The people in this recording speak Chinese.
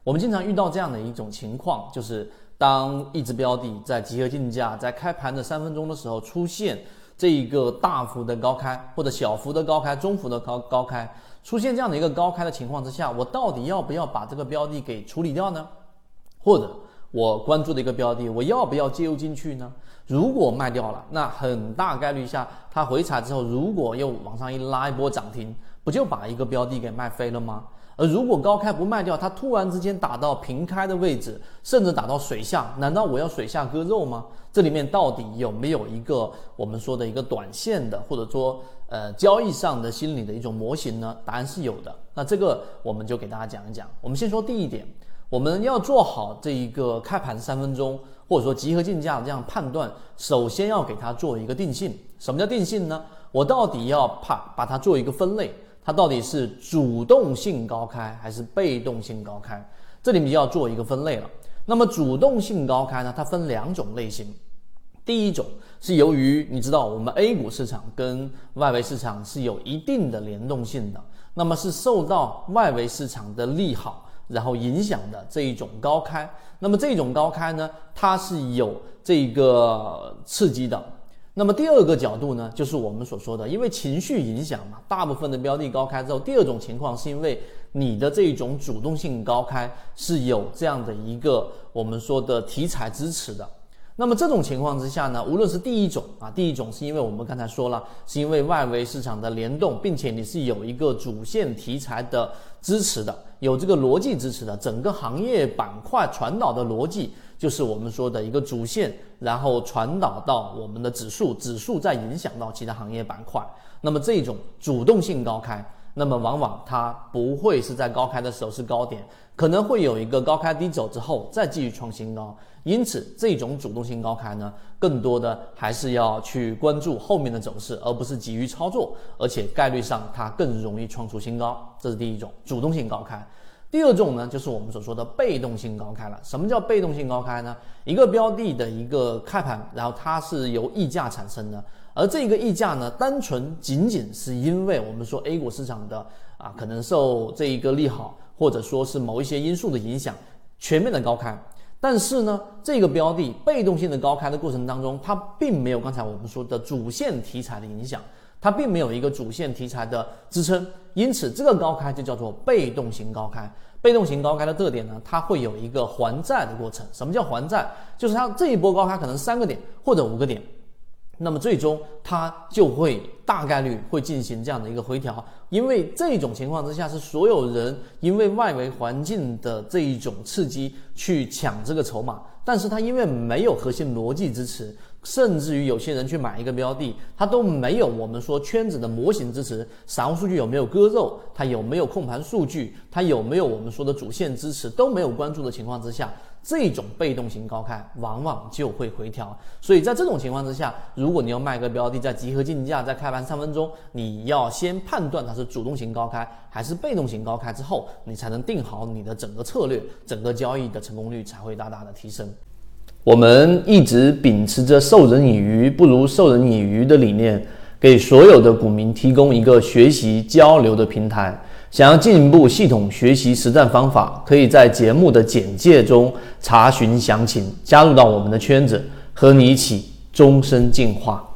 我们经常遇到这样的一种情况，就是当一只标的在集合竞价在开盘的3分钟的时候出现这一个大幅的高开，或者小幅的高开、中幅的高开，出现这样的一个高开的情况之下，我到底要不要把这个标的给处理掉呢？或者我关注的一个标的，我要不要介入进去呢？如果卖掉了，那很大概率下它回踩之后，如果又往上一拉一波涨停，不就把一个标的给卖飞了吗？而如果高开不卖掉，它突然之间打到平开的位置，甚至打到水下，难道我要水下割肉吗？这里面到底有没有一个我们说的一个短线的，或者说交易上的心理的一种模型呢？答案是有的。那这个我们就给大家讲一讲。我们先说第一点，我们要做好这一个开盘3分钟，或者说集合竞价的这样判断，首先要给它做一个定性。什么叫定性呢？我到底要把它做一个分类，它到底是主动性高开还是被动性高开？这里面就要做一个分类了。那么主动性高开呢，它分2种类型。第一种是由于你知道我们 A 股市场跟外围市场是有一定的联动性的，那么是受到外围市场的利好然后影响的这一种高开。那么这种高开呢，它是有这个刺激的。那么第二个角度呢，就是我们所说的，因为情绪影响嘛，大部分的标的高开之后，第二种情况是因为你的这种主动性高开是有这样的一个我们说的题材支持的。那么这种情况之下呢，无论是第一种是因为我们刚才说了，是因为外围市场的联动，并且你是有一个主线题材的支持的，有这个逻辑支持的，整个行业板块传导的逻辑就是我们说的一个主线，然后传导到我们的指数，指数再影响到其他行业板块。那么这种主动性高开，那么往往它不会是在高开的时候是高点，可能会有一个高开低走之后再继续创新高。因此这种主动性高开呢，更多的还是要去关注后面的走势，而不是急于操作，而且概率上它更容易创出新高。这是第一种主动性高开。第二种呢，就是我们所说的被动性高开了。什么叫被动性高开呢？一个标的的一个开盘，然后它是由溢价产生的，而这个溢价呢，单纯仅仅是因为我们说 A 股市场的可能受这一个利好，或者说是某一些因素的影响，全面的高开。但是呢，这个标的被动性的高开的过程当中，它并没有刚才我们说的主线题材的影响，它并没有一个主线题材的支撑，因此这个高开就叫做被动型高开。被动型高开的特点呢，它会有一个还债的过程。什么叫还债？就是它这一波高开可能3个点或者5个点，那么最终它就会大概率会进行这样的一个回调。因为这种情况之下，是所有人因为外围环境的这一种刺激去抢这个筹码，但是它因为没有核心逻辑支持，甚至于有些人去买一个标的，它都没有我们说圈子的模型支持，散户数据有没有割肉，它有没有控盘数据，它有没有我们说的主线支持，都没有关注的情况之下，这种被动型高开往往就会回调。所以在这种情况之下，如果你要卖个标的在集合竞价在开盘3分钟，你要先判断它是主动型高开还是被动型高开之后，你才能定好你的整个策略，整个交易的成功率才会大大的提升。我们一直秉持着授人以鱼不如授人以渔的理念，给所有的股民提供一个学习交流的平台。想要进一步系统学习实战方法，可以在节目的简介中查询详情，加入到我们的圈子，和你一起终身进化。